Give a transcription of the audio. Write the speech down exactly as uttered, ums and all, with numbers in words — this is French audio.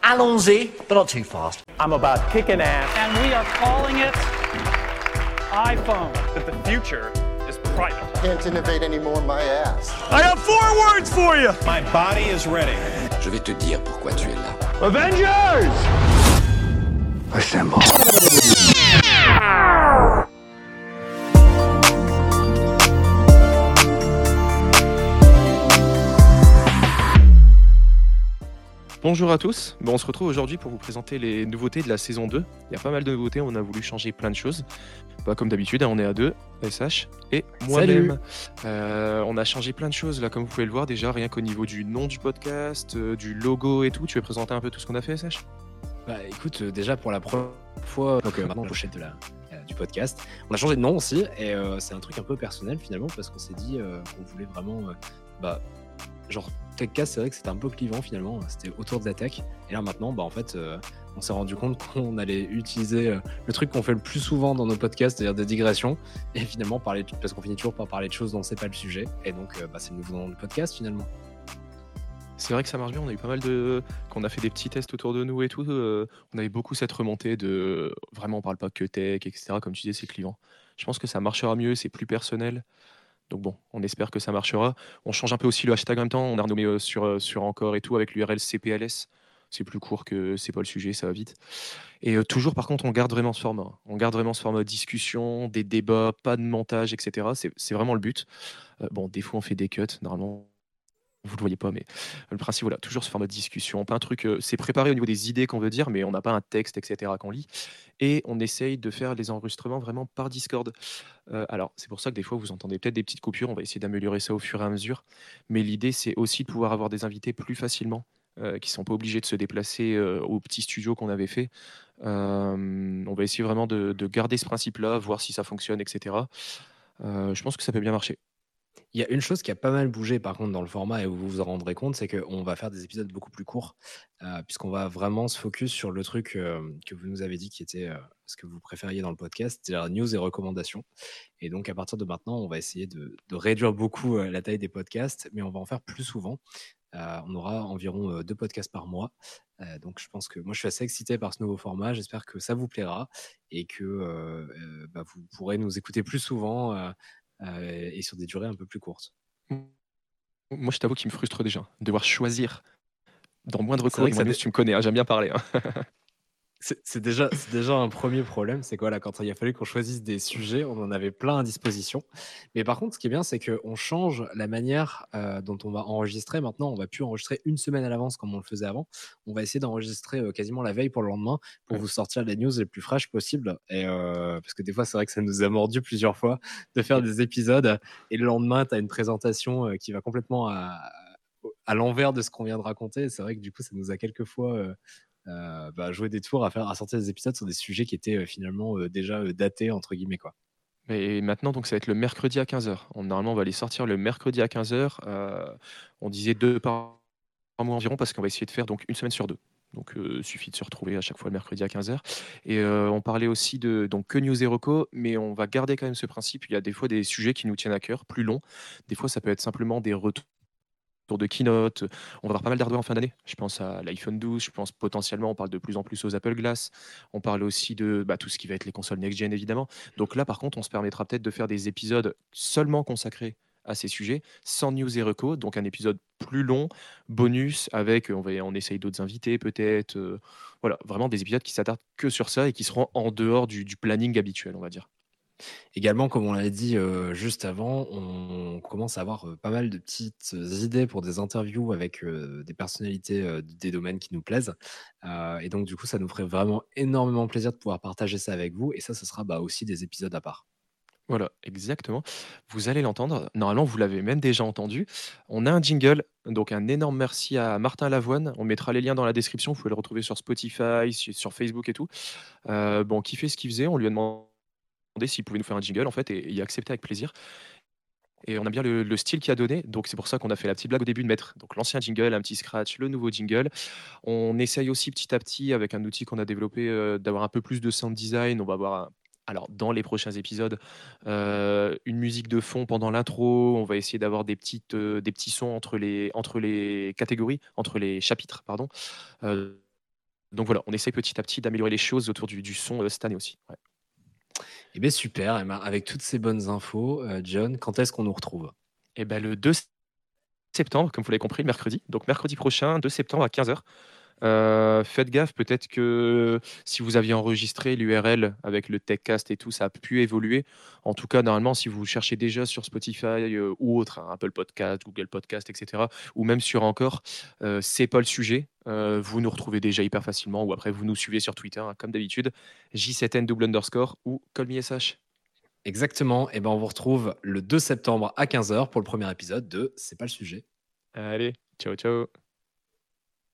Allons-y, but not too fast. I'm about kicking ass. And we are calling it iPhone. That the future is private. Can't innovate anymore, my ass. I have four words for you. My body is ready. Je vais te dire pourquoi tu es là. Avengers! Assemble. Bonjour à tous, bon, on se retrouve aujourd'hui pour vous présenter les nouveautés de la saison deux. Il y a pas mal de nouveautés, on a voulu changer plein de choses. Bah, comme d'habitude, on est à deux, S H et moi-même. Euh, on a changé plein de choses là, comme vous pouvez le voir déjà, rien qu'au niveau du nom du podcast, euh, du logo et tout. Tu veux présenter un peu tout ce qu'on a fait, S H ? Bah écoute, euh, déjà pour la première fois, donc euh, maintenant pochette de la, euh, du podcast, on a changé de nom aussi et euh, c'est un truc un peu personnel finalement parce qu'on s'est dit euh, qu'on voulait vraiment, euh, bah genre TechCast, c'est vrai que c'était un peu clivant finalement, c'était autour de la tech et là maintenant, bah en fait, euh, on s'est rendu compte qu'on allait utiliser euh, le truc qu'on fait le plus souvent dans nos podcasts, c'est-à-dire des digressions et finalement parler de, parce qu'on finit toujours par parler de choses dont c'est pas le sujet et donc euh, bah, c'est le nouveau nom du podcast finalement. C'est vrai que ça marche bien, on a eu pas mal de... Quand on a fait des petits tests autour de nous et tout, euh, on avait beaucoup cette remontée de... Vraiment, on parle pas que tech, et cetera. Comme tu disais, c'est clivant. Je pense que ça marchera mieux, c'est plus personnel. Donc bon, on espère que ça marchera. On change un peu aussi le hashtag en même temps, on a renommé euh, sur, euh, sur Encore et tout, avec l'U R L C P L S. C'est plus court que c'est pas le sujet, ça va vite. Et euh, toujours, par contre, on garde vraiment ce format. On garde vraiment ce format discussion, des débats, pas de montage, et cetera. C'est, c'est vraiment le but. Euh, bon, des fois, on fait des cuts, normalement... Vous ne le voyez pas, mais le principe, voilà, toujours ce format de discussion. Pas un truc, euh, c'est préparé au niveau des idées qu'on veut dire, mais on n'a pas un texte, et cetera qu'on lit. Et on essaye de faire les enregistrements vraiment par Discord. Euh, alors, c'est pour ça que des fois, vous entendez peut-être des petites coupures. On va essayer d'améliorer ça au fur et à mesure. Mais l'idée, c'est aussi de pouvoir avoir des invités plus facilement, euh, qui ne sont pas obligés de se déplacer euh, au petit studio qu'on avait fait. Euh, on va essayer vraiment de, de garder ce principe-là, voir si ça fonctionne, et cetera. Euh, je pense que ça peut bien marcher. Il y a une chose qui a pas mal bougé par contre dans le format et où vous vous en rendrez compte, c'est qu'on va faire des épisodes beaucoup plus courts, euh, puisqu'on va vraiment se focus sur le truc euh, que vous nous avez dit qui était euh, ce que vous préfériez dans le podcast, c'est-à-dire news et recommandations. Et donc à partir de maintenant, on va essayer de, de réduire beaucoup euh, la taille des podcasts, mais on va en faire plus souvent. Euh, on aura environ euh, deux podcasts par mois. Euh, donc je pense que moi je suis assez excité par ce nouveau format. J'espère que ça vous plaira et que euh, euh, bah, vous pourrez nous écouter plus souvent. Euh, Euh, et sur des durées un peu plus courtes. Moi, je t'avoue qu'il me frustre déjà. Devoir choisir dans moindre C'est vrai que ça news, dé- tu me connais, hein, j'aime bien parler. hein. C'est, c'est déjà, c'est déjà un premier problème, c'est quoi là, quand il a fallu qu'on choisisse des sujets, on en avait plein à disposition. Mais par contre, ce qui est bien, c'est qu'on change la manière euh, dont on va enregistrer. Maintenant, on va plus enregistrer une semaine à l'avance comme on le faisait avant. On va essayer d'enregistrer euh, quasiment la veille pour le lendemain pour Ouais. vous sortir les news les plus fraîches possibles. Et euh, parce que des fois, c'est vrai que ça nous a mordu plusieurs fois de faire des épisodes et le lendemain, tu as une présentation euh, qui va complètement à, à l'envers de ce qu'on vient de raconter. Et c'est vrai que du coup, ça nous a quelquefois euh, euh, bah, jouer des tours à faire à sortir des épisodes sur des sujets qui étaient euh, finalement euh, déjà euh, datés entre guillemets quoi. Et maintenant, donc, ça va être le mercredi à quinze heures. On, normalement, on va les sortir le mercredi à quinze heures. Euh, on disait deux par mois environ parce qu'on va essayer de faire donc une semaine sur deux. Donc, il suffit de se retrouver à chaque fois le mercredi à quinze heures. Et euh, on parlait aussi de donc, que news et reco, mais on va garder quand même ce principe. Il y a des fois des sujets qui nous tiennent à cœur, plus longs. Des fois, ça peut être simplement des retours de keynote. On va avoir pas mal d'hardware en fin d'année. Je pense à l'iPhone douze, je pense potentiellement, on parle de plus en plus aux Apple Glass. On parle aussi de bah, tout ce qui va être les consoles next-gen, évidemment. Donc là, par contre, on se permettra peut-être de faire des épisodes seulement consacrés à ces sujets, sans news et reco, donc un épisode plus long, bonus, avec, on, va, on essaye d'autres invités peut-être. Euh, voilà, vraiment des épisodes qui s'attardent que sur ça et qui seront en dehors du, du planning habituel, on va dire. Également, comme on l'a dit euh, juste avant, on commence à avoir euh, pas mal de petites euh, idées pour des interviews avec euh, des personnalités euh, des domaines qui nous plaisent. Euh, et donc, du coup, ça nous ferait vraiment énormément plaisir de pouvoir partager ça avec vous. Et ça, ce sera bah, aussi des épisodes à part. Voilà, exactement. Vous allez l'entendre. Normalement, vous l'avez même déjà entendu. On a un jingle, donc un énorme merci à Martin Lavoine. On mettra les liens dans la description. Vous pouvez le retrouver sur Spotify, sur sur Facebook et tout. Euh, bon, qui fait ce qu'il faisait. On lui a demandé s'il pouvait nous faire un jingle, en fait, et il a accepté avec plaisir. Et on a bien le, le style qu'il a donné, donc c'est pour ça qu'on a fait la petite blague au début de mettre donc l'ancien jingle, un petit scratch, le nouveau jingle. On essaye aussi petit à petit avec un outil qu'on a développé euh, d'avoir un peu plus de sound design. On va avoir un- alors dans les prochains épisodes euh, une musique de fond pendant l'intro. On va essayer d'avoir des petites euh, des petits sons entre les entre les catégories, entre les chapitres, pardon. Euh, donc voilà, on essaye petit à petit d'améliorer les choses autour du, du son euh, cette année aussi. Ouais. Eh bien, super. Eh ben, avec toutes ces bonnes infos, euh, John, quand est-ce qu'on nous retrouve? Et ben le deux septembre, comme vous l'avez compris, le mercredi. Donc mercredi prochain, deux septembre à quinze heures. Euh, faites gaffe, peut-être que si vous aviez enregistré l'U R L avec le TechCast et tout, ça a pu évoluer. En tout cas, normalement, si vous cherchez déjà sur Spotify euh, ou autre, hein, Apple Podcast, Google Podcast, et cetera, ou même sur Encore, euh, c'est pas le sujet. Euh, vous nous retrouvez déjà hyper facilement, ou après vous nous suivez sur Twitter, hein, comme d'habitude, J sept N double underscore ou CallMeSH. Exactement. Eh ben, on vous retrouve le deux septembre à quinze heures pour le premier épisode de C'est pas le sujet. Allez, ciao ciao.